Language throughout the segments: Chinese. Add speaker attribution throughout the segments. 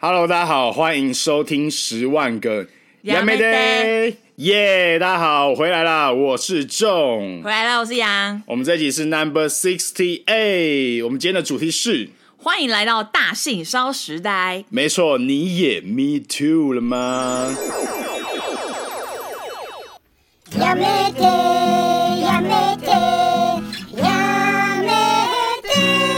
Speaker 1: Hello， 大家好，欢迎收听10万个
Speaker 2: 杨梅爹
Speaker 1: 耶！大家好，我回来啦，我是仲，
Speaker 2: 回来了，我是杨。
Speaker 1: 我们这集是 Number 68，我们今天的主题是
Speaker 2: 欢迎来到大性骚时代。
Speaker 1: 没错，你也 Me Too 了吗？
Speaker 3: やめてやめてやめて，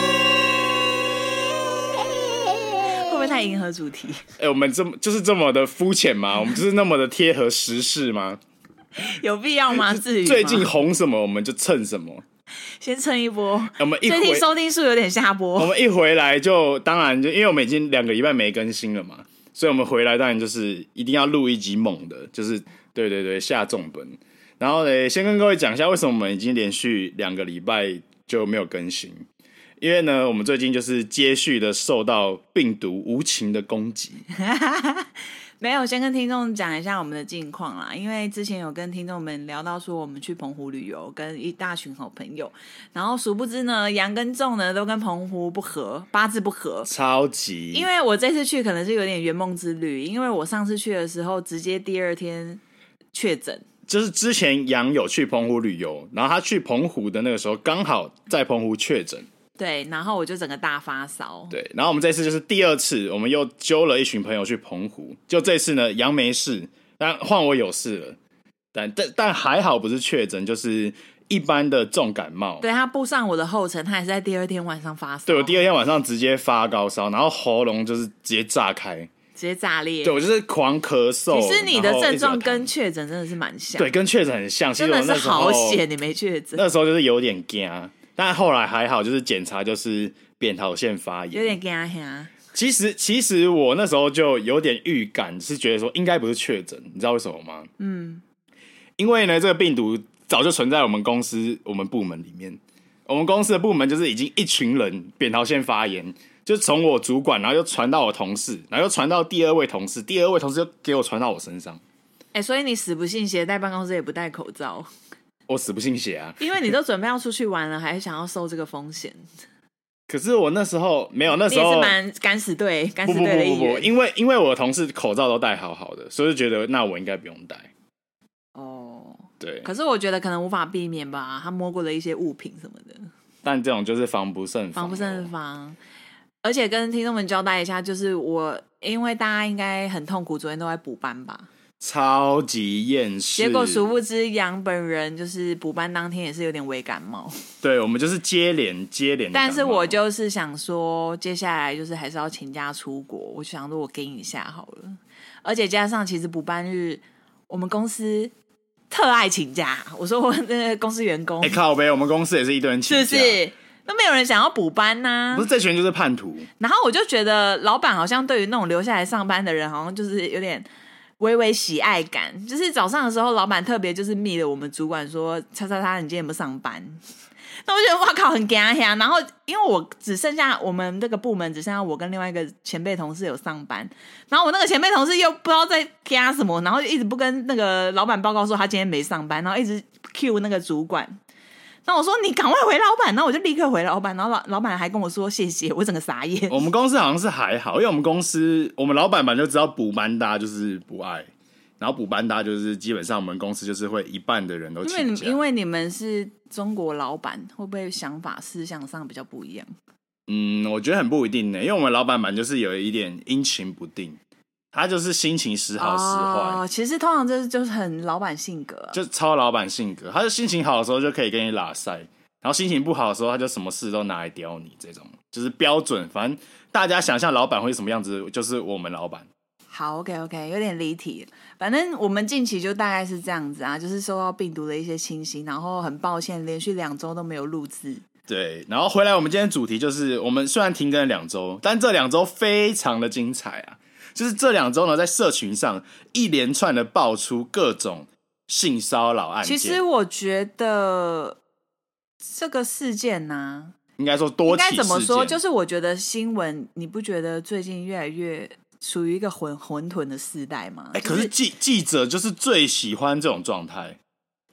Speaker 2: 会不会太迎合主题？
Speaker 1: 我们这么的肤浅吗？我们就是那么的贴合时事吗？
Speaker 2: 有必要吗？至于吗
Speaker 1: 最近红什么我们就蹭什么。
Speaker 2: 先蹭一波。
Speaker 1: 我们
Speaker 2: 最近收听数有点下坡。
Speaker 1: 我们一回来就当然就因为我们已经2个礼拜没更新了嘛，所以我们回来当然就是一定要录一集猛的，就是对下重本。然后呢，先跟各位讲一下为什么我们已经连续2个礼拜就没有更新。因为呢，我们最近就是接续的受到病毒无情的攻击。
Speaker 2: 没有，先跟听众讲一下我们的近况啦。因为之前有跟听众们聊到说，我们去澎湖旅游，跟一大群好朋友，然后殊不知呢，杨跟仲呢都跟澎湖不合，八字不合，
Speaker 1: 超级。
Speaker 2: 因为我这次去可能是有点圆梦之旅，因为我上次去的时候，直接第2天确诊。
Speaker 1: 就是之前杨有去澎湖旅游，然后他去澎湖的那个时候，刚好在澎湖确诊。
Speaker 2: 对，然后我就整个大发烧。
Speaker 1: 对，然后我们这次就是第2次，我们又揪了一群朋友去澎湖。就这次呢，杨没事，但换我有事了。但还好不是确诊，就是一般的重感冒。
Speaker 2: 对，他步上我的后尘，他也是在第2天晚上发烧。
Speaker 1: 对，我第2天晚上直接发高烧，然后喉咙就是直接炸开，
Speaker 2: 直接炸裂。
Speaker 1: 对，我就是狂咳嗽。
Speaker 2: 其实你的症状跟确诊真的是蛮像。
Speaker 1: 对，跟确诊很像。
Speaker 2: 真的是好险你没确诊。
Speaker 1: 那时候就是有点惊，但后来还好，就是检查就是扁桃腺发炎，
Speaker 2: 有点惊吓。
Speaker 1: 其实我那时候就有点预感，是觉得说应该不是确诊，你知道为什么吗？因为呢，这个病毒早就存在我们公司我们部门里面。我们公司的部门就是已经一群人扁桃腺发炎，就从我主管，然后又传到我同事，然后又传到第2位同事，第2位同事又给我传到我身上。
Speaker 2: 所以你死不信邪，在办公室也不戴口罩。
Speaker 1: 我死不信邪啊！
Speaker 2: 因为你都准备要出去玩了，还想要受这个风险。
Speaker 1: 可是我那时候没有，那时候
Speaker 2: 你也是蛮敢死队的一员。
Speaker 1: 不，因为我的同事口罩都戴好好的，所以就觉得那我应该不用戴。
Speaker 2: 哦，
Speaker 1: 对。
Speaker 2: 可是我觉得可能无法避免吧，他摸过的一些物品什么的。
Speaker 1: 但这种就是防不胜防，
Speaker 2: 防不胜防。而且跟听众们交代一下，就是因为大家应该很痛苦，昨天都在补班吧。
Speaker 1: 超级厌世，
Speaker 2: 结果殊不知杨本人就是补班当天也是有点微感冒。
Speaker 1: 对，我们就是接连
Speaker 2: 但是我就是想说接下来就是还是要请假出国，我就想说我跟一下好了。而且加上其实补班日我们公司特爱请假，我说我那个公司员工
Speaker 1: 靠北，我们公司也是一堆人请假，
Speaker 2: 是不是都没有人想要补班啊？
Speaker 1: 不是，这群就是叛徒。
Speaker 2: 然后我就觉得老板好像对于那种留下来上班的人好像就是有点微微喜爱感，就是早上的时候，老板特别就是密了我们主管说：“叉叉叉，你今天有没有上班？”那我觉得哇靠，很惊吓。然后因为我只剩下我们这个部门只剩下我跟另外一个前辈同事有上班，然后我那个前辈同事又不知道在惊什么，然后就一直不跟那个老板报告说他今天没上班，然后一直 cue 那个主管。那我说你赶快回老板，然后我就立刻回老板，然后老板还跟我说谢谢，我整个傻眼。
Speaker 1: 我们公司好像是还好，因为我们公司我们老板就知道补班大就是不爱，然后补班大就是基本上我们公司就是会一半的人都请假。
Speaker 2: 因为你们是中国老板，会不会想法思想上比较不一样？
Speaker 1: 我觉得很不一定呢，因为我们老板就是有一点阴晴不定。他就是心情时好时坏，
Speaker 2: 其实通常这就是很老板性格，
Speaker 1: 就超老板性格。他就心情好的时候就可以跟你拉塞，然后心情不好的时候他就什么事都拿来刁你，这种就是标准。反正大家想象老板会是什么样子，就是我们老板。
Speaker 2: 好 ，OK， 有点离题。反正我们近期就大概是这样子啊，就是受到病毒的一些侵袭，然后很抱歉连续2周都没有录制。
Speaker 1: 对，然后回来我们今天主题就是我们虽然停更了2周，但这2周非常的精彩啊。就是这2周呢，在社群上一连串的爆出各种性骚扰案件。
Speaker 2: 其实我觉得这个事件呢，
Speaker 1: 应该说多起事件。
Speaker 2: 应该怎么说？就是我觉得新闻，你不觉得最近越来越属于一个混沌的世代吗？
Speaker 1: 可是记者就是最喜欢这种状态。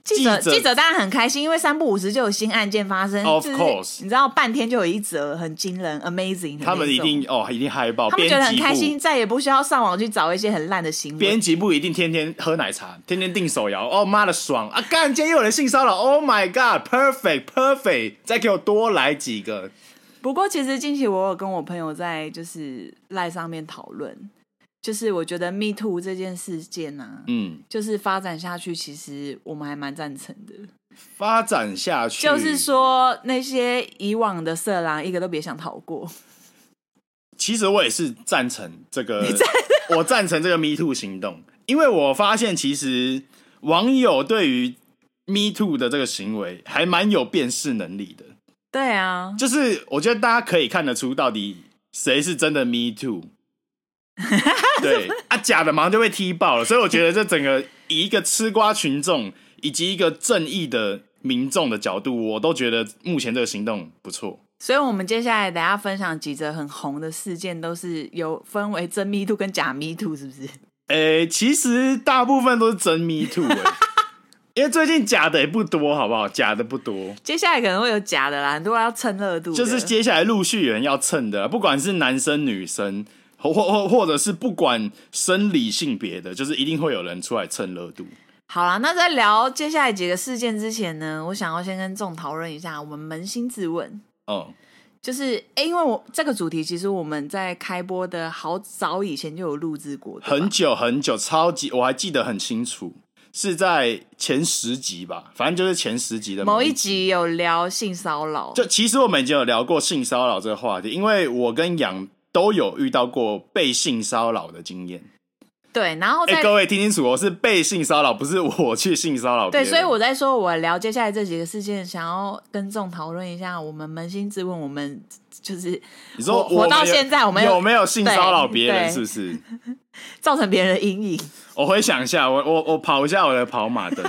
Speaker 2: 记者当然很开心，因为3不5时就有新案件发生。
Speaker 1: Of course，
Speaker 2: 你知道半天就有一则很惊人 ，amazing，
Speaker 1: 他们一定嗨爆，
Speaker 2: 他们觉得很开心，再也不需要上网去找一些很烂的新闻。
Speaker 1: 编辑部一定天天喝奶茶，天天订手摇，哦妈的爽啊！干，今天又有人性骚扰 ，Oh my god，perfect， 再给我多来几个。
Speaker 2: 不过其实近期我有跟我朋友在就是赖上面讨论。就是我觉得 Me Too 这件事件啊，就是发展下去，其实我们还蛮赞成的。
Speaker 1: 发展下去，
Speaker 2: 就是说那些以往的色狼，一个都别想逃过。
Speaker 1: 其实我也是赞成这个，我赞成这个 Me Too 行动，因为我发现其实网友对于 Me Too 的这个行为还蛮有辨识能力的。
Speaker 2: 对啊，
Speaker 1: 就是我觉得大家可以看得出到底谁是真的 Me Too。对啊，假的马上就被踢爆了，所以我觉得这整个以一个吃瓜群众以及一个正义的民众的角度，我都觉得目前这个行动不错。
Speaker 2: 所以我们接下来等一下分享几则很红的事件，都是有分为真 Me Too 跟假 Me Too， 是不是？
Speaker 1: 其实大部分都是真 Me Too， 因为最近假的也不多，好不好？假的不多，
Speaker 2: 接下来可能会有假的啦，很多人要蹭热度，
Speaker 1: 就是接下来陆续有人要蹭的，不管是男生女生。或者是不管生理性别的，就是一定会有人出来蹭热度。
Speaker 2: 好啦，那在聊接下来几个事件之前呢，我想要先跟众讨论一下，我们扪心自问。就是因为我这个主题，其实我们在开播的好早以前就有录制过，
Speaker 1: 很久很久，超级我还记得很清楚，是在前10集吧，反正就是前10集的
Speaker 2: 某一集有聊性骚扰。
Speaker 1: 就其实我们已经有聊过性骚扰这个话题，因为我跟杨都有遇到过被性骚扰的经验。
Speaker 2: 对，然后
Speaker 1: 各位听清楚，我是被性骚扰，不是我去性骚扰别人。
Speaker 2: 对，所以我在说我聊接下来这几个事件，想要跟众讨论一下，我们扪心自问，我们就是
Speaker 1: 你说
Speaker 2: 活到现在，我们
Speaker 1: 有没有性骚扰别人？是不是
Speaker 2: 造成别人的阴影？
Speaker 1: 我回想一下，我跑一下我的跑马灯。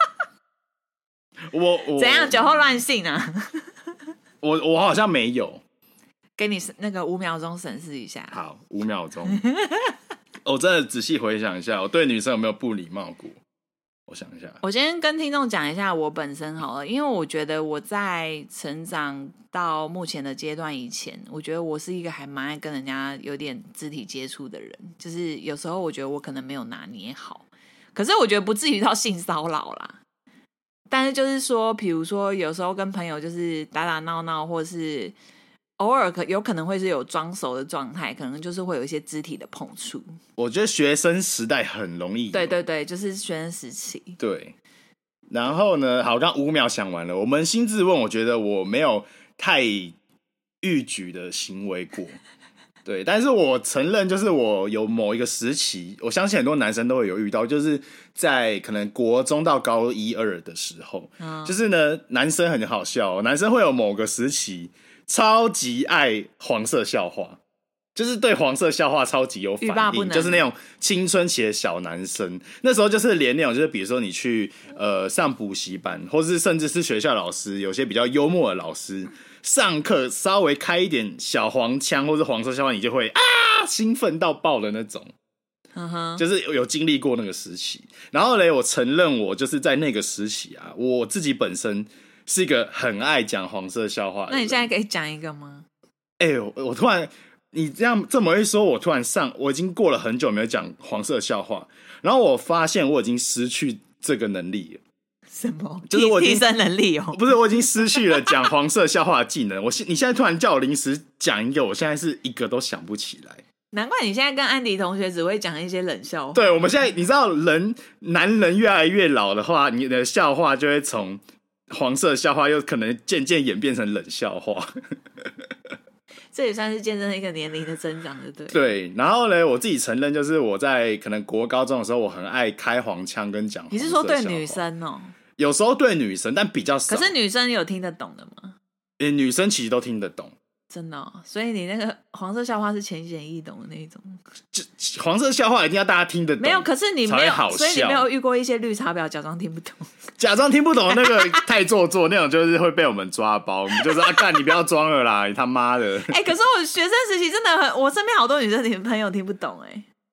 Speaker 1: 我
Speaker 2: 怎样酒后乱性啊？
Speaker 1: 我好像没有。
Speaker 2: 给你那个5秒钟审视一下。
Speaker 1: 好，5秒钟。我真的仔细回想一下，我对女生有没有不礼貌过？我想一下。
Speaker 2: 我先跟听众讲一下我本身好了，因为我觉得我在成长到目前的阶段以前，我觉得我是一个还蛮爱跟人家有点肢体接触的人，就是有时候我觉得我可能没有拿捏好，可是我觉得不至于到性骚扰啦。但是就是说，比如说有时候跟朋友就是打打闹闹，或是偶尔有可能会是有装熟的状态，可能就是会有一些肢体的碰触。
Speaker 1: 我觉得学生时代很容易。
Speaker 2: 对对对，就是学生时期。
Speaker 1: 对。然后呢，好，刚5秒想完了。我扪心自问，我觉得我没有太逾矩的行为过。对，但是我承认，就是我有某一个时期，我相信很多男生都会有遇到，就是在可能国中到高1、2的时候，就是呢，男生很好笑，男生会有某个时期超级爱黄色笑话，就是对黄色笑话超级有反应，就是那种青春期的小男生。那时候就是连那种，就是比如说你去上补习班，或是甚至是学校老师，有些比较幽默的老师。上课稍微开一点小黄腔或是黄色笑话，你就会兴奋到爆的那种。就是有经历过那个时期。然后嘞，我承认我就是在那个时期啊，我自己本身是一个很爱讲黄色笑话的人。
Speaker 2: 那你现在可以讲一个吗？
Speaker 1: 我突然你这么一说，我已经过了很久没有讲黄色笑话，然后我发现我已经失去这个能力了。
Speaker 2: 什么？
Speaker 1: 就是我
Speaker 2: 提升能力哦？
Speaker 1: 不是，我已经失去了讲黄色笑话的技能。你现在突然叫我临时讲一个，我现在是一个都想不起来。
Speaker 2: 难怪你现在跟安迪同学只会讲一些冷笑话。
Speaker 1: 对，我们现在你知道，男人越来越老的话，你的笑话就会从黄色笑话又可能渐渐演变成冷笑话。
Speaker 2: 这也算是见证一个年龄的增长，对不对？
Speaker 1: 对，然后呢，我自己承认，就是我在可能国高中的时候，我很爱开黄腔跟讲黄色笑话。
Speaker 2: 你是说对女生哦？
Speaker 1: 有时候对女生，但比较少。
Speaker 2: 可是女生有听得懂的吗？
Speaker 1: 女生其实都听得懂。
Speaker 2: 真的哦？所以你那个黄色笑话是浅显易懂的那一种。
Speaker 1: 黄色笑话一定要大家听得懂，
Speaker 2: 没有，可是你没有，所以你没有遇过一些绿茶婊假装听不懂。
Speaker 1: 假装听不懂那个太做作，那种就是会被我们抓包。我们就说干，你不要装了啦，你他妈的！
Speaker 2: 可是我学生时期真的很，我身边好多女生朋友听不懂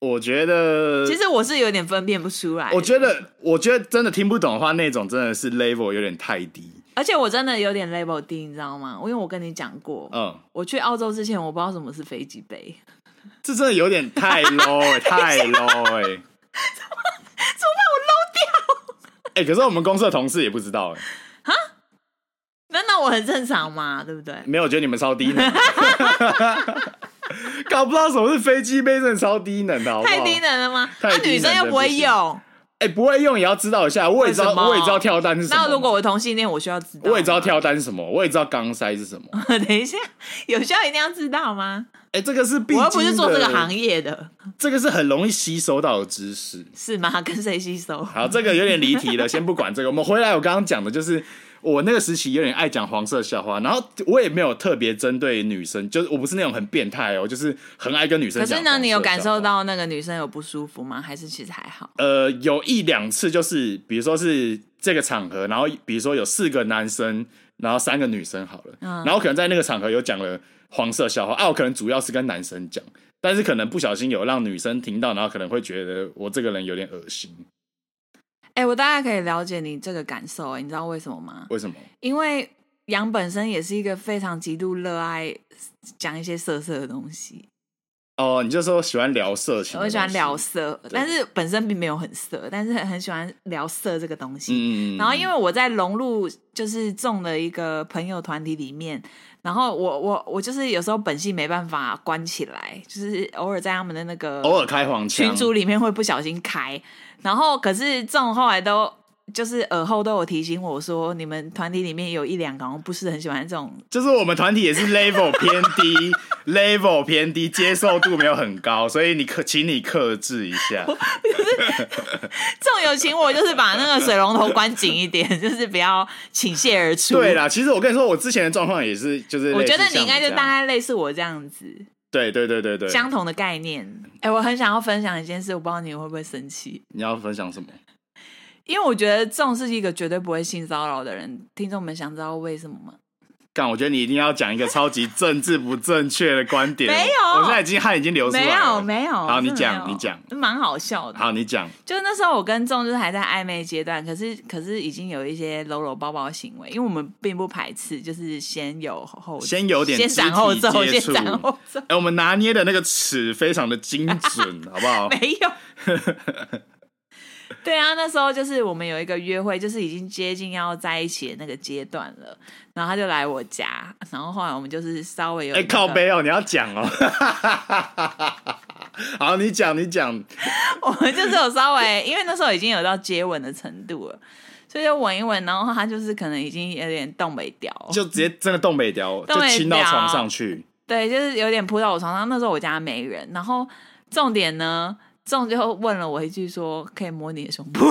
Speaker 1: 我觉得，
Speaker 2: 其实我是有点分辨不出来的。
Speaker 1: 我觉得真的听不懂的话，那种真的是 level 有点太低。
Speaker 2: 而且我真的有点 level 低，你知道吗？因为我跟你讲过，我去澳洲之前，我不知道什么是飞机杯，
Speaker 1: 这真的有点太 low 太 low
Speaker 2: 怎么把我 low 掉？
Speaker 1: 可是我们公司的同事也不知道
Speaker 2: 哈？那我很正常嘛，对不对？
Speaker 1: 没有，我觉得你们超低能。搞不知道什么是飞机杯，真的超低能的，好不好？
Speaker 2: 太低能了吗？
Speaker 1: 那
Speaker 2: 女生又不会用，
Speaker 1: 不会用也要知道一下。我也知道跳单是什么。
Speaker 2: 那如果我同性恋，我需要知道。
Speaker 1: 我也知道跳单是什么，我也知道钢塞是什么。
Speaker 2: 等一下，有需要一定要知道吗？
Speaker 1: 这个是必经的，
Speaker 2: 我又不是做这个行业的，
Speaker 1: 这个是很容易吸收到的知识，
Speaker 2: 是吗？跟谁吸收？
Speaker 1: 好，这个有点离题了，先不管这个。我们回来，我刚刚讲的就是我那个时期有点爱讲黄色笑话，然后我也没有特别针对女生，就是我不是那种很变态哦，就是很爱跟女生讲。
Speaker 2: 可是呢，你有感受到那个女生有不舒服吗？还是其实还好？
Speaker 1: 有1-2次，就是比如说是这个场合，然后比如说有4个男生，然后3个女生好了，然后可能在那个场合有讲了黄色笑话我可能主要是跟男生讲，但是可能不小心有让女生听到，然后可能会觉得我这个人有点恶心。
Speaker 2: 我大概可以了解你这个感受，你知道为什么吗？
Speaker 1: 为什么？
Speaker 2: 因为杨本身也是一个非常极度热爱讲一些色的东西。
Speaker 1: 你就说喜欢聊色情，
Speaker 2: 我喜欢聊色，但是本身并没有很色，但是很喜欢聊色这个东西。然后因为我在融入就是众的一个朋友团体里面，然后我就是有时候本性没办法关起来，就是偶尔在他们的那个
Speaker 1: 偶尔开黄腔
Speaker 2: 群组里面会不小心开，然后可是众后来都就是耳后都有提醒我说，你们团体里面有1-2个好像不是很喜欢这种，
Speaker 1: 就是我们团体也是 level 偏低level 偏低，接受度没有很高，所以请你克制一下。
Speaker 2: 众有请我就是把那个水龙头关紧一点，就是不要倾泻而出。
Speaker 1: 对啦，其实我跟你说，我之前的状况也是，就是
Speaker 2: 我觉得你应该就大概类似我这样子。
Speaker 1: 对，
Speaker 2: 相同的概念。我很想要分享一件事，我不知道你会不会生气。
Speaker 1: 你要分享什么？
Speaker 2: 因为我觉得仲是一个绝对不会性骚扰的人，听众们想知道为什么吗？
Speaker 1: 我觉得你一定要讲一个超级政治不正确的观点。
Speaker 2: 没有，
Speaker 1: 我现在汗已经流出来了。
Speaker 2: 没有。
Speaker 1: 好，你讲，
Speaker 2: 蛮好笑的。
Speaker 1: 好，你讲。
Speaker 2: 就那时候我跟仲就是还在暧昧阶段，可是已经有一些搂搂抱抱的行为，因为我们并不排斥，就是先有点
Speaker 1: 先
Speaker 2: 斩后奏，
Speaker 1: 接触。我们拿捏的那个尺非常的精准，好不好？
Speaker 2: 没有。对啊，那时候就是我们有一个约会，就是已经接近要在一起的那个阶段了，然后他就来我家，然后后来我们就是稍微有
Speaker 1: 靠背你要讲哦。好，你讲。
Speaker 2: 我们就是有稍微，因为那时候已经有到接吻的程度了，所以就吻一吻，然后他就是可能已经有点动不了，
Speaker 1: 就直接真的动不了，就亲到床上去。
Speaker 2: 对，就是有点扑到我床上。那时候我家没人，然后重点呢。仲就问了我一句说：“可以摸你的胸部？”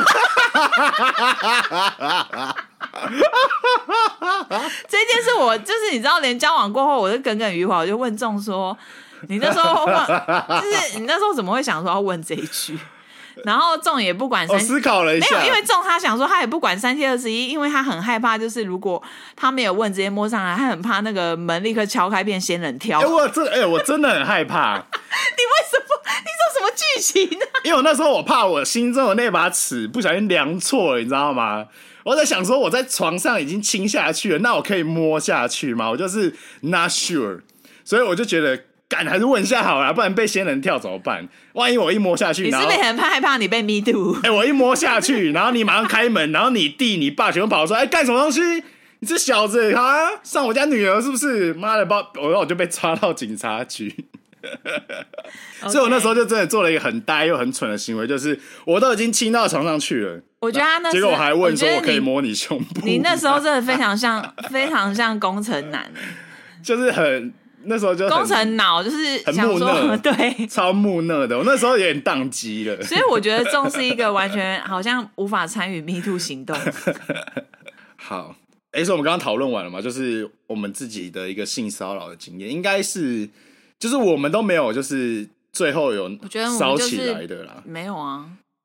Speaker 2: 这件事我就是你知道，连交往过后我就耿耿于怀，我就问仲说：“你那时候就是你那时候怎么会想说要问这一句？”然后仲也不管
Speaker 1: 我思考了一下，
Speaker 2: 没有，因为仲他想说他也不管3七21，因为他很害怕，就是如果他没有问直接摸上来，他很怕那个门立刻敲开变仙人跳。
Speaker 1: 我真的很害怕。
Speaker 2: 你为什么？你说什么剧情呢？
Speaker 1: 因为我那时候我怕我心中的那把尺不小心量错了，你知道吗？我在想说我在床上已经亲下去了，那我可以摸下去吗？我就是 not sure， 所以我就觉得还是问一下好了，不然被仙人跳怎么办？万一我一摸下去，
Speaker 2: 你是不是很害怕你被 me too？
Speaker 1: 我一摸下去，然后你马上开门，然后你弟你爸全部跑出来，干什么东西？你这小子啊，上我家女儿是不是？妈的，我就被抓到警察局。所以我那时候就真的做了一个很呆又很蠢的行为，就是我都已经亲到床上去了，
Speaker 2: 我觉得他那
Speaker 1: 结果我还问说我可以摸你胸部。
Speaker 2: 你那时候真的非常像工程男，
Speaker 1: 就是那时候就
Speaker 2: 工程脑，就是
Speaker 1: 很木讷，
Speaker 2: 对，
Speaker 1: 超木讷的。我那时候有点宕机了，
Speaker 2: 所以我觉得仲是一个完全好像无法参与 Me Too 行动。
Speaker 1: 好，所以我们刚刚讨论完了嘛，就是我们自己的一个性骚扰的经验，应该是就是我们都没有，就是最后有烧起来的啦。
Speaker 2: 没有啊，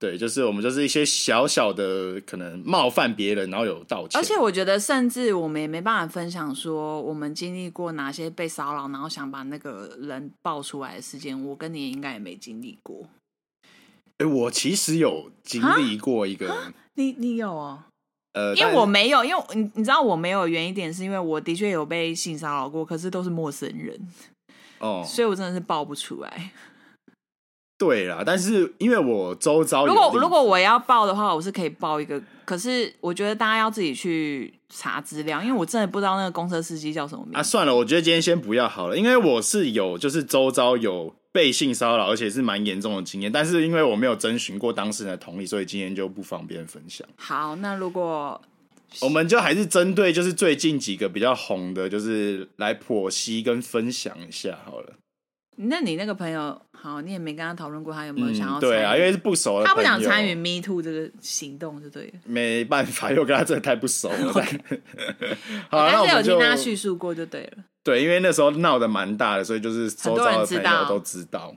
Speaker 1: 对，就是我们就是一些小小的可能冒犯别人，然后有道歉。
Speaker 2: 而且我觉得，甚至我们也没办法分享说我们经历过哪些被骚扰，然后想把那个人爆出来的事件。我跟你应该也没经历过。
Speaker 1: 我其实有经历过一个，
Speaker 2: 你有哦？因为我没有，因为你知道我没有原因点是因为我的确有被性骚扰过，可是都是陌生人哦，所以我真的是爆不出来。
Speaker 1: 对啦，但是因为我周遭
Speaker 2: 如果我要报的话，我是可以报一个，可是我觉得大家要自己去查资料，因为我真的不知道那个公车司机叫什么名字。
Speaker 1: 算了，我觉得今天先不要好了，因为我是有就是周遭有被性骚扰，而且是蛮严重的经验，但是因为我没有征询过当事人的同意，所以今天就不方便分享。
Speaker 2: 好，那如果
Speaker 1: 我们就还是针对就是最近几个比较红的，就是来剖析跟分享一下好了。
Speaker 2: 那你那个朋友，好，你也没跟他讨论过他有没有想要参与？
Speaker 1: 对啊，因为是不熟的朋友，
Speaker 2: 他不想参与 Me Too 这个行动，就对了。
Speaker 1: 没办法，因为我跟他真的太不熟了。
Speaker 2: 好，但是有听他叙述过就对了。
Speaker 1: 对，因为那时候闹得蛮大的，所以就是周遭的朋友都知道。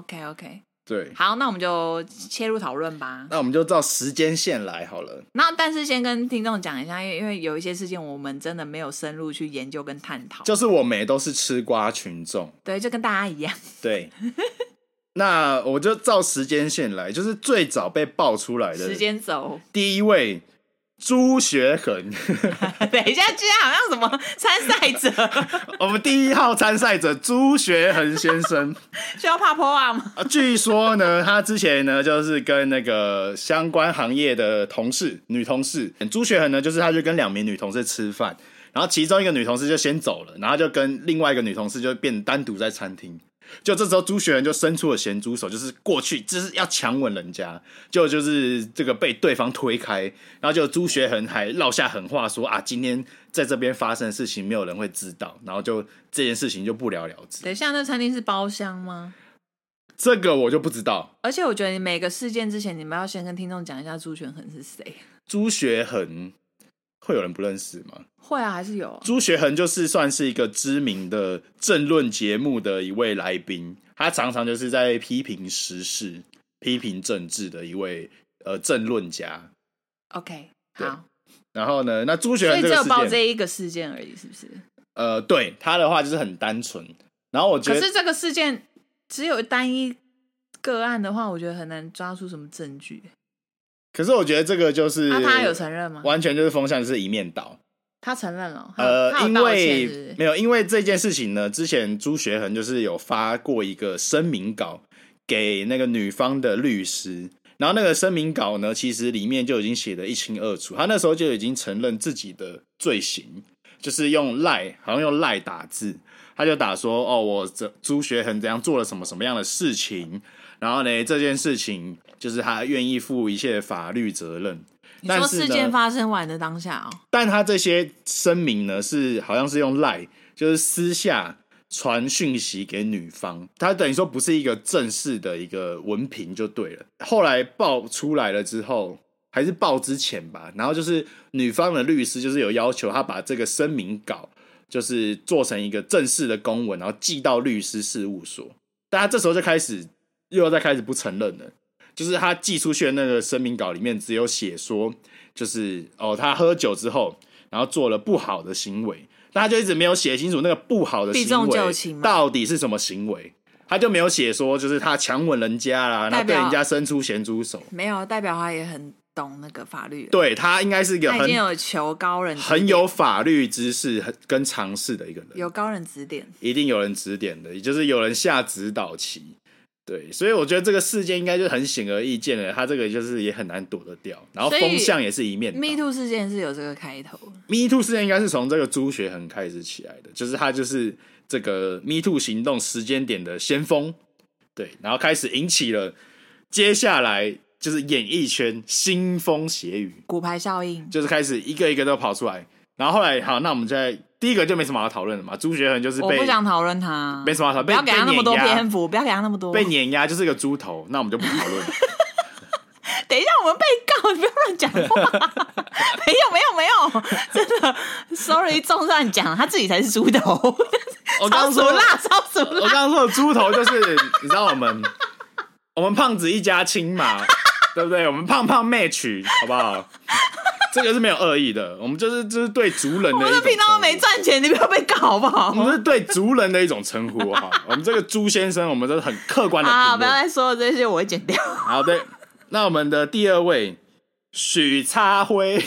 Speaker 2: OK，
Speaker 1: 对，
Speaker 2: 好，那我们就切入讨论吧。
Speaker 1: 那我们就照时间线来好了。
Speaker 2: 那但是先跟听众讲一下，因为有一些事情我们真的没有深入去研究跟探讨，
Speaker 1: 就是我们也都是吃瓜群众，
Speaker 2: 对，就跟大家一样。
Speaker 1: 对，那我就照时间线来，就是最早被爆出来的
Speaker 2: 时间轴，
Speaker 1: 第一位朱学恒。
Speaker 2: 等一下，居然好像什么参赛者？
Speaker 1: 我们第1号参赛者朱学恒先生，
Speaker 2: 需要怕破啊吗？
Speaker 1: 据说呢，他之前呢就是跟那个相关行业的女同事朱学恒呢，就是他就跟2名女同事吃饭，然后其中一个女同事就先走了，然后就跟另外一个女同事就变单独在餐厅。就这时候朱学恒就伸出了咸猪手，就是过去就是要强吻人家，就是这个被对方推开，然后就朱学恒还撂下狠话说啊，今天在这边发生的事情没有人会知道，然后就这件事情就不了了之。
Speaker 2: 等一下，那餐厅是包厢吗？
Speaker 1: 这个我就不知道。
Speaker 2: 而且我觉得你每个事件之前，你们要先跟听众讲一下朱学恒是谁。
Speaker 1: 朱学恒会有人不认识吗？
Speaker 2: 会啊，还是有。
Speaker 1: 朱学恒就是算是一个知名的政论节目的一位来宾，他常常就是在批评时事、批评政治的一位政论家。
Speaker 2: OK， 好。
Speaker 1: 然后呢，那朱学恒这个事件，
Speaker 2: 所以只有报这一个事件而已，是不是？
Speaker 1: 对，他的话就是很单纯。然后我觉得，
Speaker 2: 可是这个事件只有单一个案的话，我觉得很难抓出什么证据。
Speaker 1: 可是我觉得这个就是，
Speaker 2: 他有承认吗？
Speaker 1: 完全就是风向就是一面倒。
Speaker 2: 他承认了，
Speaker 1: 因为没有，因为这件事情呢，之前朱学恒就是有发过一个声明稿给那个女方的律师，然后那个声明稿呢，其实里面就已经写得一清二楚，他那时候就已经承认自己的罪行，就是用赖，好像用赖打字，他就打说哦，我朱学恒怎样做了什么什么样的事情，然后呢，这件事情就是他愿意负一切法律责任。
Speaker 2: 你说事件发生完的当下
Speaker 1: 但他这些声明呢，是好像是用 LINE， 就是私下传讯息给女方，他等于说不是一个正式的一个文凭就对了。后来爆出来了之后，还是爆之前吧，然后就是女方的律师就是有要求他把这个声明稿就是做成一个正式的公文，然后寄到律师事务所。但他这时候就开始不承认了。就是他寄出去的那个声明稿里面只有写说，就是他喝酒之后，然后做了不好的行为，但他就一直没有写清楚那个不好的行为到底是什么行为，他就没有写说就是他强吻人家啦，然后对人家伸出咸猪手，
Speaker 2: 没有代表他也很懂那个法律，
Speaker 1: 对他应该是一个
Speaker 2: 他已经有求高人指点，
Speaker 1: 很有法律知识跟常识的一个人，
Speaker 2: 有高人指点，
Speaker 1: 一定有人指点的，也就是有人下指导棋。对，所以我觉得这个事件应该就很显而易见了，他这个就是也很难躲得掉，然后风向也是一面倒。
Speaker 2: Me Too 事件是有这个开头
Speaker 1: ，Me Too 事件应该是从这个朱学恒开始起来的，就是他就是这个 Me Too 行动时间点的先锋，对，然后开始引起了接下来就是演艺圈腥风血雨，
Speaker 2: 骨牌效应，
Speaker 1: 就是开始一个一个都跑出来，然后后来好，那我们在第一个就没什么好讨论的嘛，朱学恒就是被，
Speaker 2: 我不想讨论他，
Speaker 1: 没什么好讨论，
Speaker 2: 不要给他那么多篇幅，不要给他那么多，
Speaker 1: 被碾压就是个猪头，那我们就不讨论。
Speaker 2: 等一下，我们被告，你不要乱讲话。没有，真的 ，sorry， 中乱讲，他自己才是猪头。
Speaker 1: 我刚说
Speaker 2: 超俗辣，
Speaker 1: 我刚刚说的猪头就是你知道我们胖子一家亲嘛， 对不对？我们胖胖 match 好不好？这个是没有恶意的，我们就是对族人的一种称呼。
Speaker 2: 我们平常都没赚钱，你不要被搞好不好？
Speaker 1: 我们是对族人的一种称呼哈。我们这个朱先生，我们都是很客观的评论。
Speaker 2: 好，不要再说了，这些我会剪掉。
Speaker 1: 好的，那我们的第二位许插辉，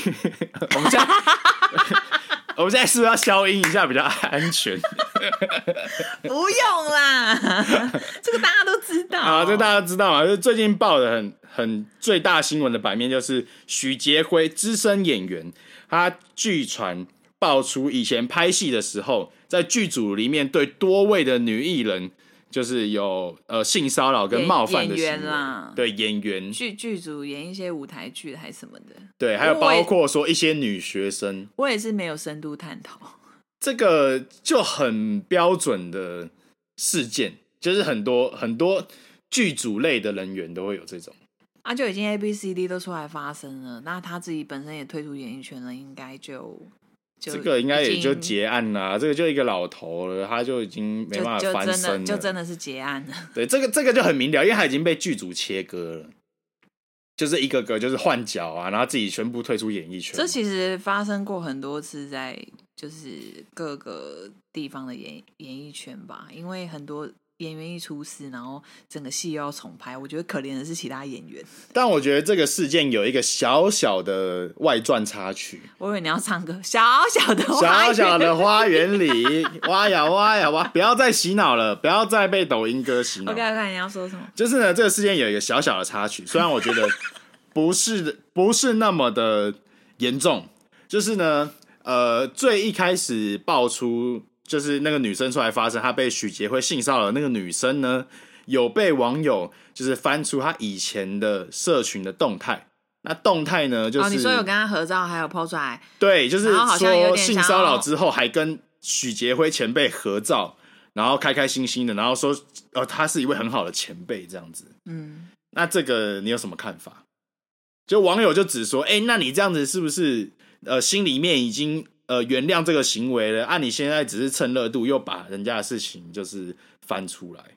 Speaker 1: 我们现在是不是要消音一下比较安全？
Speaker 2: 不用啦，这个大家都知道。
Speaker 1: 啊，这大家知道嘛？就是最近报的很最大新闻的版面，就是许杰辉资深演员，他据传爆出以前拍戏的时候，在剧组里面对多位的女艺人，就是有性骚扰跟冒犯的行为
Speaker 2: 演员啦，
Speaker 1: 对演员
Speaker 2: 剧组演一些舞台剧还什么的，
Speaker 1: 对，还有包括说一些女学生，
Speaker 2: 我也是没有深度探讨。
Speaker 1: 这个就很标准的事件，就是很多剧组类的人员都会有这种。
Speaker 2: 啊，就已经 ABCD 都出来发生了，那他自己本身也退出演艺圈了，应该就
Speaker 1: 这个应该也就结案啦。这个就一个老头了，他就已经没办法翻身了，
Speaker 2: 就真的是结案了。
Speaker 1: 对，这个就很明了，因为他已经被剧组切割了，就是一个个就是换角啊，然后自己全部退出演艺圈。
Speaker 2: 这其实发生过很多次，在就是各个地方的演艺圈吧，因为很多演员一出事，然后整个戏又要重拍，我觉得可怜的是其他演员。
Speaker 1: 但我觉得这个事件有一个小小的外传插曲。
Speaker 2: 我以为你要唱歌，小小
Speaker 1: 的花园里，挖呀挖呀挖，不要再洗脑了，不要再被抖音歌洗脑。
Speaker 2: OK， 看你要说什么？
Speaker 1: 就是呢，这个事件有一个小小的插曲，虽然我觉得不是那么的严重，就是呢，最一开始爆出。就是那个女生出来发声，她被许杰辉性骚扰的那个女生呢，有被网友就是翻出她以前的社群的动态。那动态呢，就是
Speaker 2: 你说有跟她合照，还有 po 出来，
Speaker 1: 对，就是说性骚扰之后还跟许杰辉前辈合照，然后开开心心的，然后说他是一位很好的前辈这样子。那这个你有什么看法？就网友就只说，那你这样子是不是心里面已经原谅这个行为了？你现在只是蹭热度，又把人家的事情就是翻出来。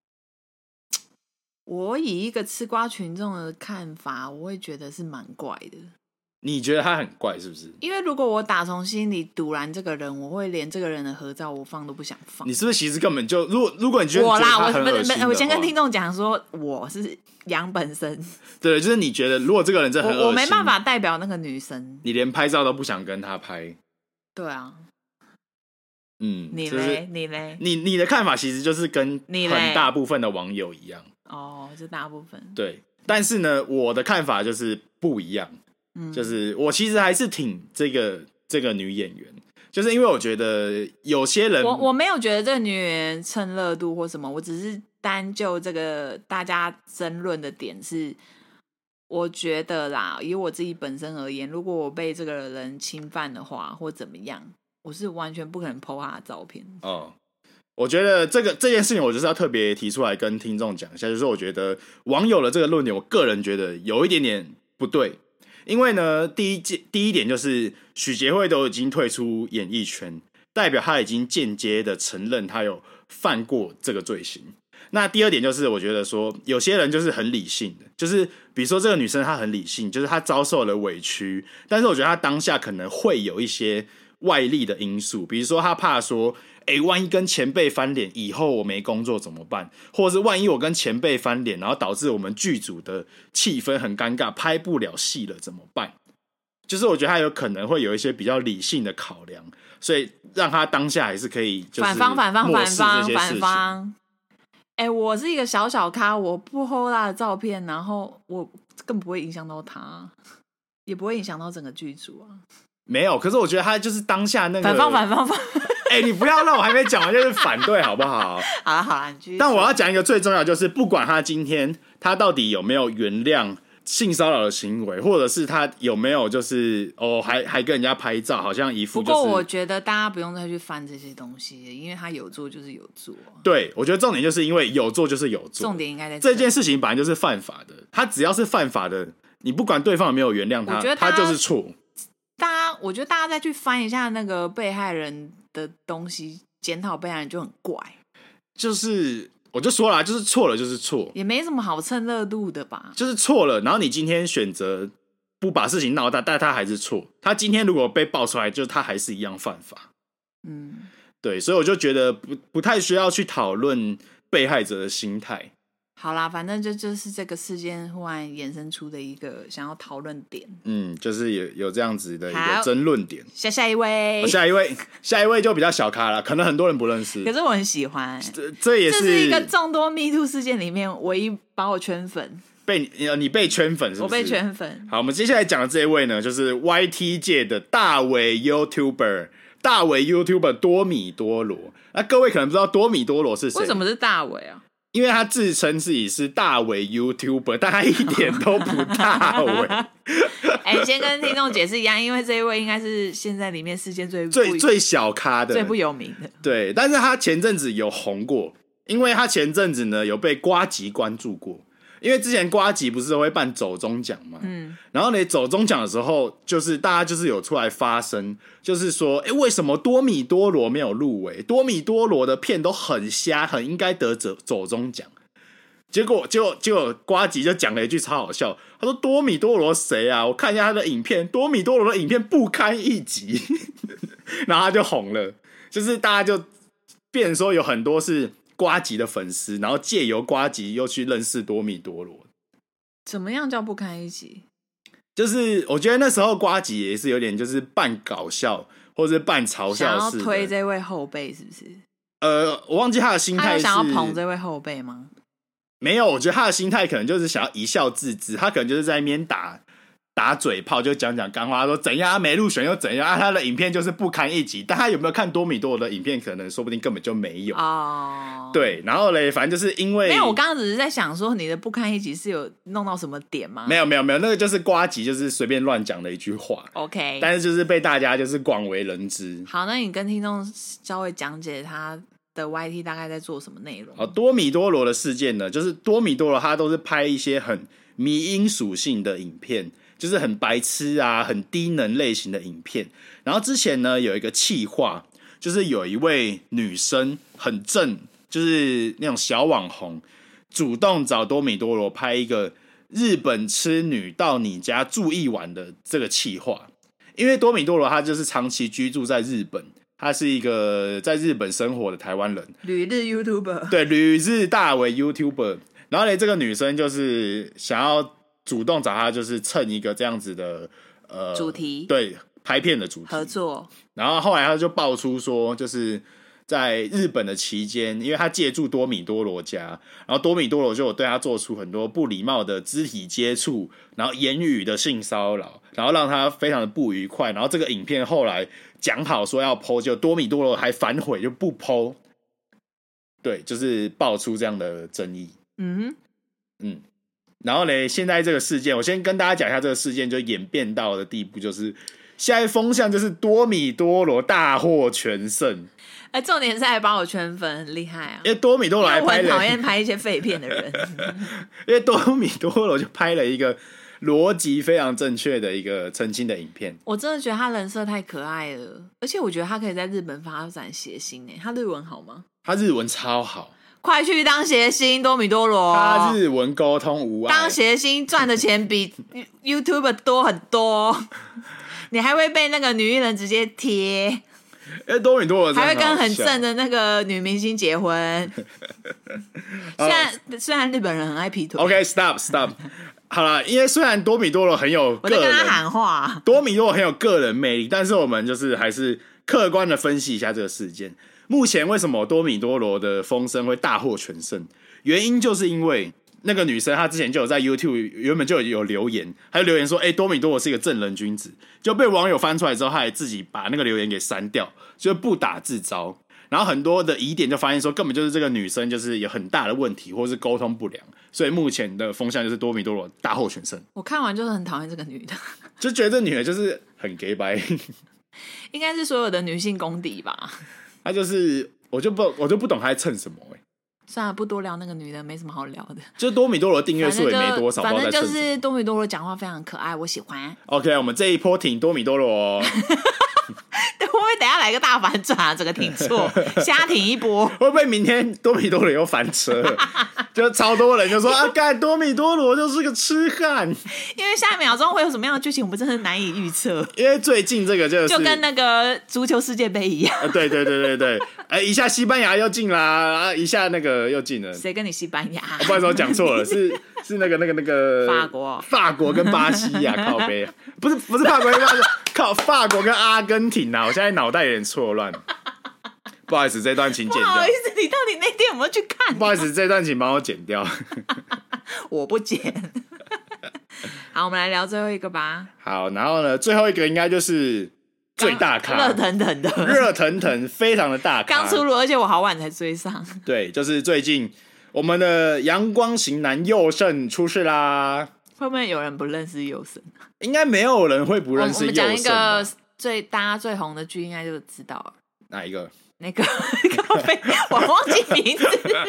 Speaker 2: 我以一个吃瓜群众的看法，我会觉得是蛮怪的。
Speaker 1: 你觉得他很怪是不是？
Speaker 2: 因为如果我打从心里堵拦这个人，我会连这个人的合照我放都不想放。
Speaker 1: 你是不是其实根本就如果你觉得他很恶心的话，
Speaker 2: 我先跟听众讲说，我是杨本身。
Speaker 1: 对，就是你觉得如果这个人真的很恶心，
Speaker 2: 我没办法代表那个女生，
Speaker 1: 你连拍照都不想跟他拍。
Speaker 2: 对啊，
Speaker 1: 你
Speaker 2: 嘞？
Speaker 1: 你的看法其实就是跟很大部分的网友一样。
Speaker 2: 哦，这大部分
Speaker 1: 对，但是呢，我的看法就是不一样。就是我其实还是挺这个女演员，就是因为我觉得有些人，
Speaker 2: 我没有觉得这个女演员蹭热度或什么，我只是单就这个大家争论的点是。我觉得啦，以我自己本身而言，如果我被这个人侵犯的话，或怎么样，我是完全不可能 po 他的照片。
Speaker 1: 我觉得这件事情，我就是要特别提出来跟听众讲一下，就是我觉得网友的这个论点，我个人觉得有一点点不对，因为呢，第一点就是许杰辉都已经退出演艺圈，代表他已经间接的承认他有犯过这个罪行。那第二点就是我觉得说有些人就是很理性的，就是比如说这个女生她很理性，就是她遭受了委屈，但是我觉得她当下可能会有一些外力的因素，比如说她怕说万一跟前辈翻脸以后我没工作怎么办，或者是万一我跟前辈翻脸然后导致我们剧组的气氛很尴尬，拍不了戏了怎么办，就是我觉得她有可能会有一些比较理性的考量，所以让她当下还是可以就是漠视这些事情。
Speaker 2: 我是一个小咖，我不 hold 他的照片，然后我更不会影响到他，也不会影响到整个剧组啊。
Speaker 1: 没有，可是我觉得他就是当下那个
Speaker 2: 反方。
Speaker 1: 你不要让我还没讲完就是反对好不好？
Speaker 2: 好了，你继续。
Speaker 1: 但我要讲一个最重要，就是不管他今天他到底有没有原谅性骚扰的行为，或者是他有没有就是还跟人家拍照，好像一副就是。
Speaker 2: 不过我觉得大家不用再去翻这些东西，因为他有做就是有做。
Speaker 1: 对，我觉得重点就是因为有做就是有做，
Speaker 2: 重点应该在
Speaker 1: 这件事情本来就是犯法的，他只要是犯法的，你不管对方有没有原谅他，他就是错。
Speaker 2: 我觉得大家再去翻一下那个被害人的东西，检讨被害人就很怪。
Speaker 1: 就是我就说啦，就是错了就是错，
Speaker 2: 也没什么好蹭热度的吧？
Speaker 1: 就是错了。然后你今天选择不把事情闹大，但他还是错。他今天如果被爆出来，就他还是一样犯法。对，所以我就觉得不太需要去讨论被害者的心态。
Speaker 2: 好啦，反正就是这个事件忽然衍生出的一个想要讨论点。
Speaker 1: 就是有这样子的一个争论点。
Speaker 2: 下一位，
Speaker 1: 下一位就比较小咖了，可能很多人不认识，
Speaker 2: 可是我很喜欢。
Speaker 1: 这也
Speaker 2: 是一个众多 Me Too 事件里面唯一把我圈粉。
Speaker 1: 你被圈粉是不是？
Speaker 2: 我被圈粉。
Speaker 1: 好，我们接下来讲的这一位呢，就是 YT 界的大伟 YouTuber 多米多罗。那各位可能不知道多米多罗是谁？
Speaker 2: 为什么是大伟啊？
Speaker 1: 因为他自称自己是大伟 YouTuber， 但他一点都不大伟。
Speaker 2: 先跟听众解释一下，因为这一位应该是现在里面事件
Speaker 1: 最小咖的、
Speaker 2: 最不有名的。
Speaker 1: 对，但是他前阵子有红过，因为他前阵子呢有被呱吉关注过。因为之前呱吉不是都会办走中奖嘛，然后呢走中奖的时候，就是大家就是有出来发声，就是说，为什么多米多罗没有入围？多米多罗的片都很瞎，很应该得走中奖。结果呱吉就讲了一句超好笑，他说多米多罗谁啊？我看一下他的影片，多米多罗的影片不堪一击，然后他就红了，就是大家就变成说有很多是呱吉的粉丝，然后借由呱吉又去认识多米多罗。
Speaker 2: 怎么样叫不堪一击？
Speaker 1: 就是我觉得那时候呱吉也是有点就是半搞笑或者半嘲笑式的，
Speaker 2: 想要推这位后辈是不是？
Speaker 1: 我忘记他的心态是
Speaker 2: 他有想要捧这位后辈吗？
Speaker 1: 没有，我觉得他的心态可能就是想要一笑置之，他可能就是在那边打嘴炮，就讲干话，说怎样没入选又怎样他的影片就是不堪一击。但他有没有看多米多罗的影片，可能说不定根本就没有哦。对，然后嘞，反正就是因为
Speaker 2: 没有，我刚刚只是在想说你的不堪一击是有弄到什么点吗？
Speaker 1: 没有，那个就是呱吉就是随便乱讲的一句话。
Speaker 2: OK，
Speaker 1: 但是就是被大家就是广为人知。
Speaker 2: 好，那你跟听众稍微讲解他的 YT 大概在做什么内容？
Speaker 1: 多米多罗的事件呢，就是多米多罗他都是拍一些很迷因属性的影片，就是很白痴啊、很低能类型的影片。然后之前呢有一个企划，就是有一位女生很正，就是那种小网红，主动找多米多罗拍一个日本痴女到你家住一晚的这个企划。因为多米多罗他就是长期居住在日本，他是一个在日本生活的台湾人，
Speaker 2: 旅日 YouTuber，
Speaker 1: 对，旅日大为 YouTuber。然后呢，这个女生就是想要主动找他，就是蹭一个这样子的
Speaker 2: 主题，
Speaker 1: 对，拍片的主题
Speaker 2: 合作。
Speaker 1: 然后后来他就爆出说，就是在日本的期间，因为他借住多米多罗家，然后多米多罗就有对他做出很多不礼貌的肢体接触，然后言语的性骚扰，然后让他非常的不愉快。然后这个影片后来讲好说要 po， 就多米多罗还反悔就不 po。对，就是爆出这样的争议。然后呢，现在这个事件，我先跟大家讲一下这个事件就演变到的地步，就是现在风向就是多米多罗大获全胜。
Speaker 2: 重点是还把我圈粉，很厉害啊！
Speaker 1: 因为多米多罗还拍了，
Speaker 2: 我很讨厌拍一些废片的人。
Speaker 1: 因为多米多罗就拍了一个逻辑非常正确的一个澄清的影片。
Speaker 2: 我真的觉得他人设太可爱了，而且我觉得他可以在日本发展谐星他日文好吗？
Speaker 1: 他日文超好，
Speaker 2: 快去当谐星，多米多罗。
Speaker 1: 他日文沟通无碍，
Speaker 2: 当谐星赚的钱比 YouTuber 多很多，你还会被那个女艺人直接贴。
Speaker 1: 多米多罗
Speaker 2: 还会跟很正的那个女明星结婚。虽然日本人很爱劈腿。
Speaker 1: OK，stop，好了，因为虽然多米多罗很有个人，
Speaker 2: 我在跟他喊话，
Speaker 1: 多米多罗很有个人魅力，但是我们就是还是客观的分析一下这个事件。目前为什么多米多罗的风声会大获全胜？原因就是因为那个女生她之前就有在 YouTube 原本就有留言，她就留言说多米多罗是一个正人君子，就被网友翻出来之后，她还自己把那个留言给删掉，就不打自招。然后很多的疑点就发现说，根本就是这个女生就是有很大的问题，或是沟通不良，所以目前的风向就是多米多罗大获全胜。
Speaker 2: 我看完就是很讨厌这个女的，
Speaker 1: 就觉得这女的就是很 gay 白，
Speaker 2: 应该是所有的女性公敌吧。
Speaker 1: 她就是我就不懂她在蹭什么
Speaker 2: 算了，不多聊那个女的，没什么好聊的。
Speaker 1: 就是多米多罗的订阅数也没多少，
Speaker 2: 反正就是多米多罗讲话非常可爱，我喜欢。
Speaker 1: OK， 我们这一波挺多米多罗。
Speaker 2: 会不会等一下来个大反转啊，整个挺错，瞎挺一波。
Speaker 1: 会不会明天多米多罗又翻车？就超多人就说啊，干多米多罗就是个痴汉。
Speaker 2: 因为下一秒钟会有什么样的剧情，我们真的难以预测。
Speaker 1: 因为最近这个就
Speaker 2: 跟那个足球世界杯一样。
Speaker 1: 对，一下西班牙又进啦，一下那个又进了。
Speaker 2: 谁跟你西班牙？
Speaker 1: 不好意思，我讲错了，是那个法国跟巴西呀，靠北，不是法国跟巴西，靠法国跟阿根廷啊！我现在脑袋有点错乱，不好意思，这段请剪掉。
Speaker 2: 不好意思，你到底那天有没有去看？
Speaker 1: 不好意思，这段请帮我剪掉。
Speaker 2: 我不剪。好，我们来聊最后一个吧。
Speaker 1: 好，然后呢，最后一个应该就是最大咖，
Speaker 2: 热腾腾，
Speaker 1: 非常的大咖，
Speaker 2: 刚出炉，而且我好晚才追上。
Speaker 1: 对，就是最近我们的阳光型男佑胜出事啦。
Speaker 2: 会不会有人不认识佑胜？
Speaker 1: 应该没有人会不认识佑胜。我们讲一
Speaker 2: 个大家最红的剧，应该就知道了。
Speaker 1: 哪一个？
Speaker 2: 那个我忘记名字。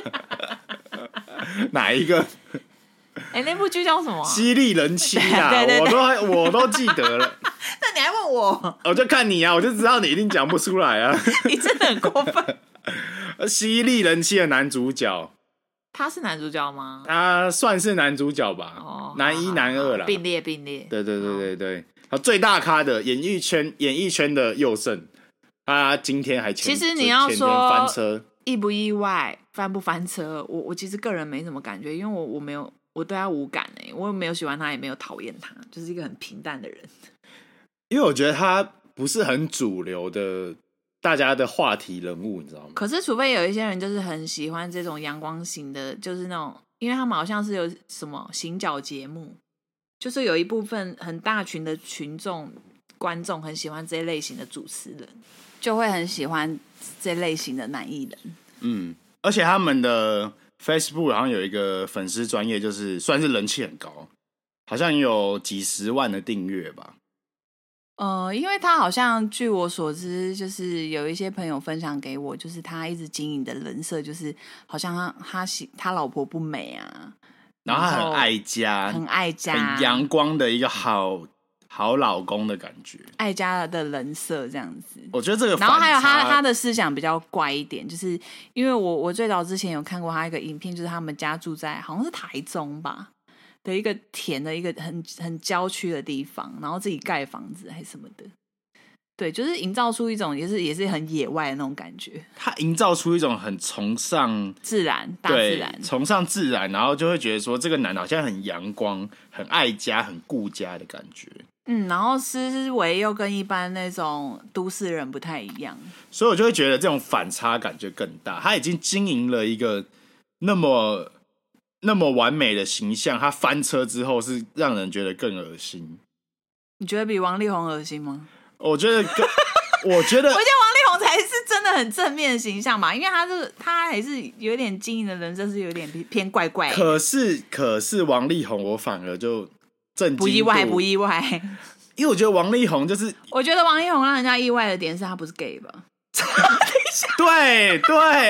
Speaker 1: 哪一个？
Speaker 2: 那部剧叫什么？
Speaker 1: 犀利人妻啊！
Speaker 2: 对，
Speaker 1: 我都记得了。
Speaker 2: 那你还问我？
Speaker 1: 我就看你啊，我就知道你一定讲不出来啊！
Speaker 2: 你真的很过分。
Speaker 1: 犀利人妻的男主角，
Speaker 2: 他是男主角吗？
Speaker 1: 他算是男主角吧，男一男二啦，
Speaker 2: 并列。
Speaker 1: 对。最大咖的演艺圈的佑胜，他今天还
Speaker 2: 其实你要说
Speaker 1: 翻车，
Speaker 2: 意不意外，翻不翻车？我其实个人没什么感觉，因为我对他无感我也没有喜欢他，也没有讨厌他，就是一个很平淡的人。
Speaker 1: 因为我觉得他不是很主流的大家的话题人物，你知道吗？
Speaker 2: 可是除非有一些人就是很喜欢这种阳光型的，就是那种，因为他们好像是有什么行脚节目，就是有一部分很大群的观众很喜欢这类型的主持人，就会很喜欢这类型的男艺人。
Speaker 1: 而且他们的 Facebook 好像有一个粉丝专页，就是算是人气很高，好像有几十万的订阅吧。
Speaker 2: 因为他好像据我所知，就是有一些朋友分享给我，就是他一直经营的人设，就是好像他老婆不美啊，
Speaker 1: 然后他很爱家，很阳光的一个好老公的感觉，
Speaker 2: 爱家的人设这样子。
Speaker 1: 我觉得这个反差，
Speaker 2: 然后还有他的思想比较怪一点，就是因为我最早之前有看过他一个影片，就是他们家住在好像是台中吧的一个田的一个很郊区的地方，然后自己盖房子还是什么的。对，就是营造出一种也是很野外的那种感觉。
Speaker 1: 他营造出一种很崇尚
Speaker 2: 自然、大自然，
Speaker 1: 崇尚自然，然后就会觉得说这个男的好像很阳光、很爱家、很顾家的感觉。
Speaker 2: 然后思维又跟一般那种都市人不太一样，
Speaker 1: 所以我就会觉得这种反差感就更大。他已经经营了一个那么完美的形象，他翻车之后是让人觉得更恶心。
Speaker 2: 你觉得比王力宏恶心吗？
Speaker 1: 我觉得王力
Speaker 2: 宏才是真的很正面的形象吧，因为他还是有点经营的人生是有点偏怪怪的。
Speaker 1: 可是王力宏我反而就震惊，
Speaker 2: 不意外，
Speaker 1: 因为我觉得王力宏就是，
Speaker 2: 我觉得王力宏让人家意外的点是他不是 gay 吧？
Speaker 1: 对，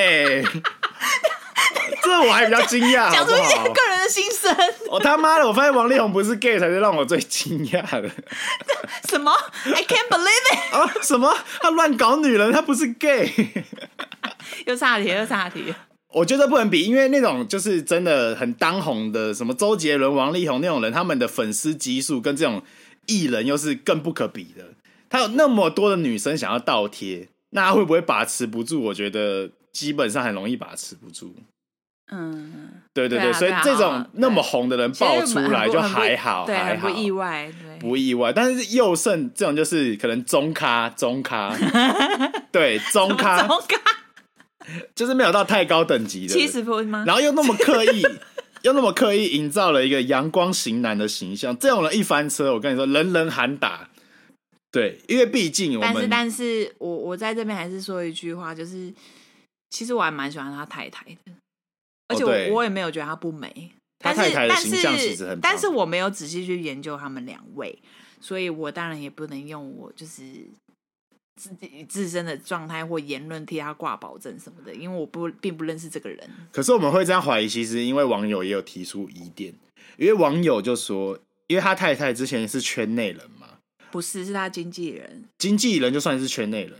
Speaker 1: 这我还比较惊讶，
Speaker 2: 讲出一些个人的心声。
Speaker 1: 我他妈的，我发现王力宏不是 gay 才是让我最惊讶的。
Speaker 2: 什么 ？I can't believe it！
Speaker 1: 啊，什么？他乱搞女人，他不是 gay？
Speaker 2: 又岔题。
Speaker 1: 我觉得不能比，因为那种就是真的很当红的，什么周杰伦、王力宏那种人，他们的粉丝基数跟这种艺人又是更不可比的。他有那么多的女生想要倒贴，那他会不会把持不住？我觉得基本上很容易把持不住。对，所以这种那么红的人爆出来就还好，
Speaker 2: 对，
Speaker 1: 还好，
Speaker 2: 不意外，对，
Speaker 1: 不意外。但是佑胜这种就是可能中咖，对，中咖，就是没有到太高等级的
Speaker 2: 70分吗？
Speaker 1: 然后又那么刻意营造了一个阳光型男的形象，这种人一翻车，我跟你说，人人喊打。对，因为毕竟我们，
Speaker 2: 但是我在这边还是说一句话，就是其实我还蛮喜欢他太太的。而且我也没有觉得她不美，
Speaker 1: 他太太的形象其实很棒，
Speaker 2: 但是我没有仔细去研究他们两位，所以我当然也不能用我就是自己自身的状态或言论替他挂保证什么的，因为我并不认识这个人。
Speaker 1: 可是我们会这样怀疑，其实因为网友也有提出疑点，因为网友就说，因为他太太之前是圈内人嘛，
Speaker 2: 不是，是他经纪人，
Speaker 1: 经纪人就算是圈内人。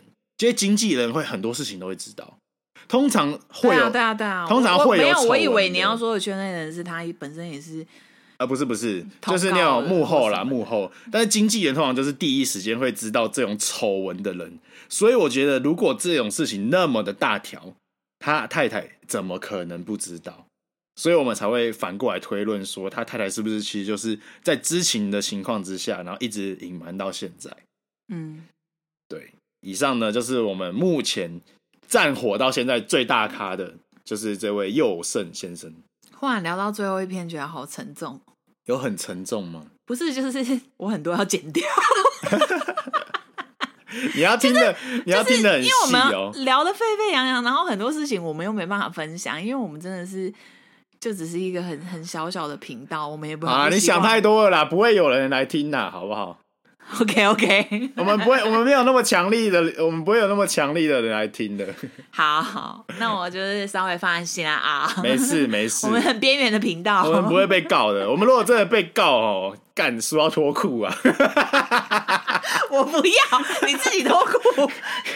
Speaker 1: 这些经纪人会很多事情都会知道，通常会有，
Speaker 2: 对啊，
Speaker 1: 通常会有
Speaker 2: 没有，
Speaker 1: 丑闻的。
Speaker 2: 我以为你要说的圈内人士，他本身也是。
Speaker 1: 不是，就是那种幕后啦，幕后。但是经纪人通常就是第一时间会知道这种丑闻的人，所以我觉得如果这种事情那么的大条，他太太怎么可能不知道？所以我们才会反过来推论说，他太太是不是其实就是在知情的情况之下，然后一直隐瞒到现在。对。以上呢就是我们目前战火到现在最大咖的，就是这位佑胜先生。
Speaker 2: 忽然聊到最后一篇，觉得好沉重。
Speaker 1: 有很沉重吗？
Speaker 2: 不是，就是我很多要剪掉。
Speaker 1: 你要听的，你要听的很细哦。
Speaker 2: 因为我们聊得沸沸扬扬，然后很多事情我们又没办法分享，因为我们真的是就只是一个很小小的频道，我们也不
Speaker 1: 你想太多了啦，不会有人来听啦，好不好
Speaker 2: ？OK，
Speaker 1: 我们不会，我们没有那么强力的，我们不会有那么强力的人来听的。
Speaker 2: 好，那我就是稍微放心啊。
Speaker 1: 没事，
Speaker 2: 我们很边缘的频道，
Speaker 1: 我们不会被告的。我们如果真的被告干输到脱裤啊！
Speaker 2: 我不要，你自己脱裤。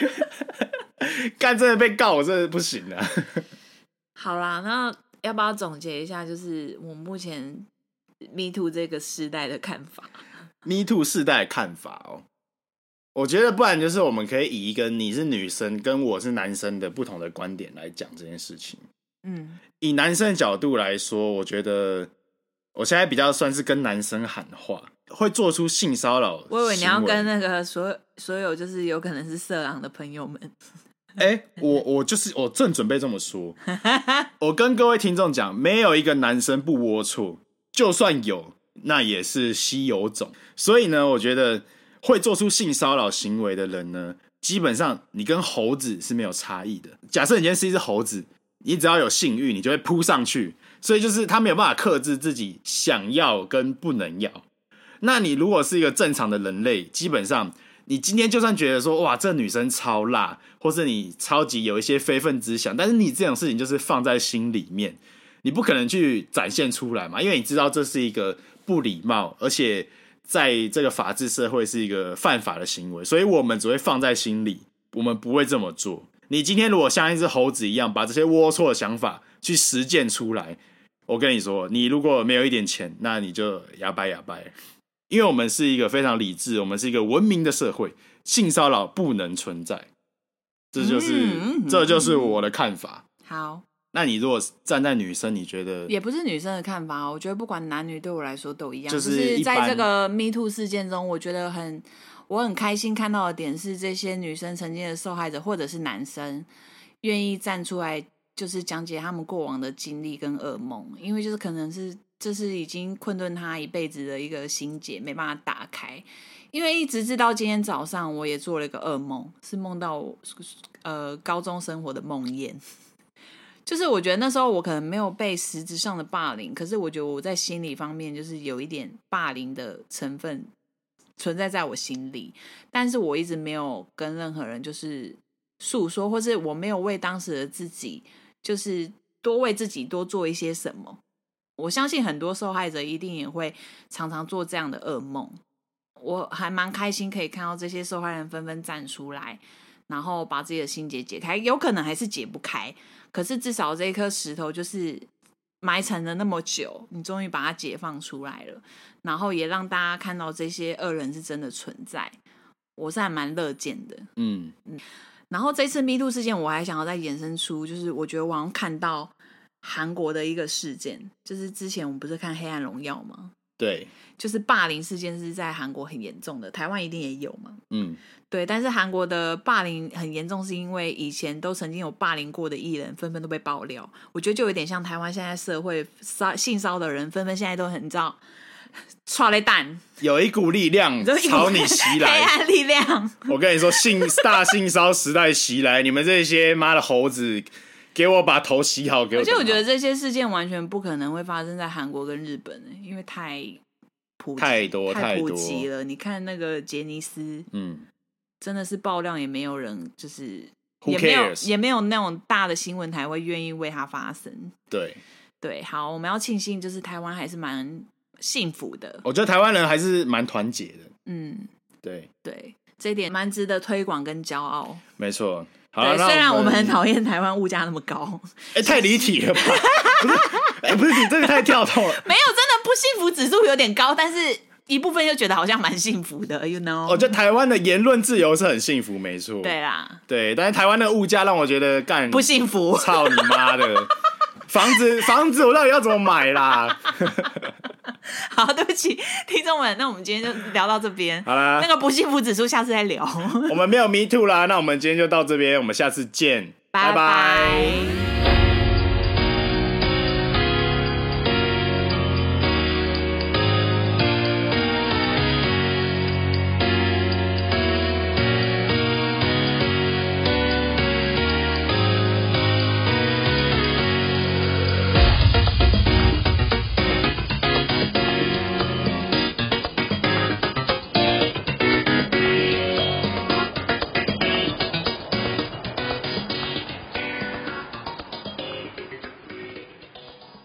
Speaker 1: 干真的被告，我真的不行啊。
Speaker 2: 好啦，那要不要总结一下，就是我目前 Me Too 这个时代的看法
Speaker 1: ？Me Too 世代的看法我觉得不然就是我们可以以一个你是女生跟我是男生的不同的观点来讲这件事情。以男生的角度来说，我觉得我现在比较算是跟男生喊话，会做出性骚扰。
Speaker 2: 我以为你要跟那个所有就是有可能是色狼的朋友们。
Speaker 1: 我正准备这么说。我跟各位听众讲，没有一个男生不龌龊，就算有，那也是稀有种。所以呢，我觉得会做出性骚扰行为的人呢，基本上你跟猴子是没有差异的。假设你今天是一只猴子，你只要有性欲，你就会扑上去。所以就是他没有办法克制自己想要跟不能要。那你如果是一个正常的人类，基本上你今天就算觉得说哇这女生超辣，或是你超级有一些非分之想，但是你这种事情就是放在心里面，你不可能去展现出来嘛，因为你知道这是一个不礼貌，而且在这个法治社会是一个犯法的行为，所以我们只会放在心里，我们不会这么做。你今天如果像一只猴子一样把这些龌龊的想法去实践出来，我跟你说，你如果没有一点钱，那你就哑巴。因为我们是一个非常理智，我们是一个文明的社会，性骚扰不能存在，这就是我的看法。
Speaker 2: 好，
Speaker 1: 那你如果站在女生，你觉得
Speaker 2: 也不是女生的看法，我觉得不管男女对我来说都一样。
Speaker 1: 就是
Speaker 2: 在这个 Me Too 事件中，我觉得我很开心看到的点是，这些女生曾经的受害者或者是男生愿意站出来，就是讲解他们过往的经历跟噩梦，因为就是可能是这是已经困顿他一辈子的一个心结，没办法打开。因为一直至到今天早上，我也做了一个噩梦，是梦到高中生活的梦魇。就是我觉得那时候我可能没有被实质上的霸凌，可是我觉得我在心理方面就是有一点霸凌的成分存在我心里，但是我一直没有跟任何人就是诉说，或是我没有为当时的自己就是多为自己多做一些什么。我相信很多受害者一定也会常常做这样的噩梦。我还蛮开心可以看到这些受害人纷纷站出来，然后把自己的心结解开，有可能还是解不开，可是至少这一颗石头就是埋藏了那么久，你终于把它解放出来了，然后也让大家看到这些恶人是真的存在，我是还蛮乐见的。然后这次 Me Too 事件我还想要再延伸出，就是我觉得我好像看到韩国的一个事件，就是之前我们不是看黑暗荣耀吗？
Speaker 1: 对，
Speaker 2: 就是霸凌事件是在韩国很严重的，台湾一定也有嘛。对，但是韩国的霸凌很严重，是因为以前都曾经有霸凌过的艺人纷纷都被爆料。我觉得就有点像台湾现在社会性骚的人纷纷现在都很知道踹雷蛋，
Speaker 1: 有一股力量朝你袭来，
Speaker 2: 黑暗力量。
Speaker 1: 我跟你说，大性骚时代袭来，你们这些妈的猴子，给我把头洗好，给我。
Speaker 2: 而且我觉得这些事件完全不可能会发生在韩国跟日本，因为太普及了。你看那个杰尼斯，真的是爆量，也没有人就是也没有那种大的新闻台会愿意为他发声。对，好，我们要庆幸就是台湾还是蛮幸福的。
Speaker 1: 我觉得台湾人还是蛮团结的。
Speaker 2: 对， 这一点蛮值得推广跟骄傲。
Speaker 1: 没错。好啦，
Speaker 2: 对，虽然我们很讨厌台湾物价那么高，
Speaker 1: 太离题了吧？不是，你这个太跳动了。
Speaker 2: 没有，真的不幸福指数有点高，但是一部分又觉得好像蛮幸福的 ，you know。
Speaker 1: 我觉得台湾的言论自由是很幸福，没错。
Speaker 2: 对啦，
Speaker 1: 对，但是台湾的物价让我觉得干
Speaker 2: 不幸福。
Speaker 1: 操你妈的！房子我到底要怎么买啦？
Speaker 2: 好，对不起，听众们，那我们今天就聊到这边。
Speaker 1: 好啦，
Speaker 2: 那个不幸福指数下次再聊。
Speaker 1: 我们没有 Me Too 啦，那我们今天就到这边，我们下次见，
Speaker 2: 拜拜。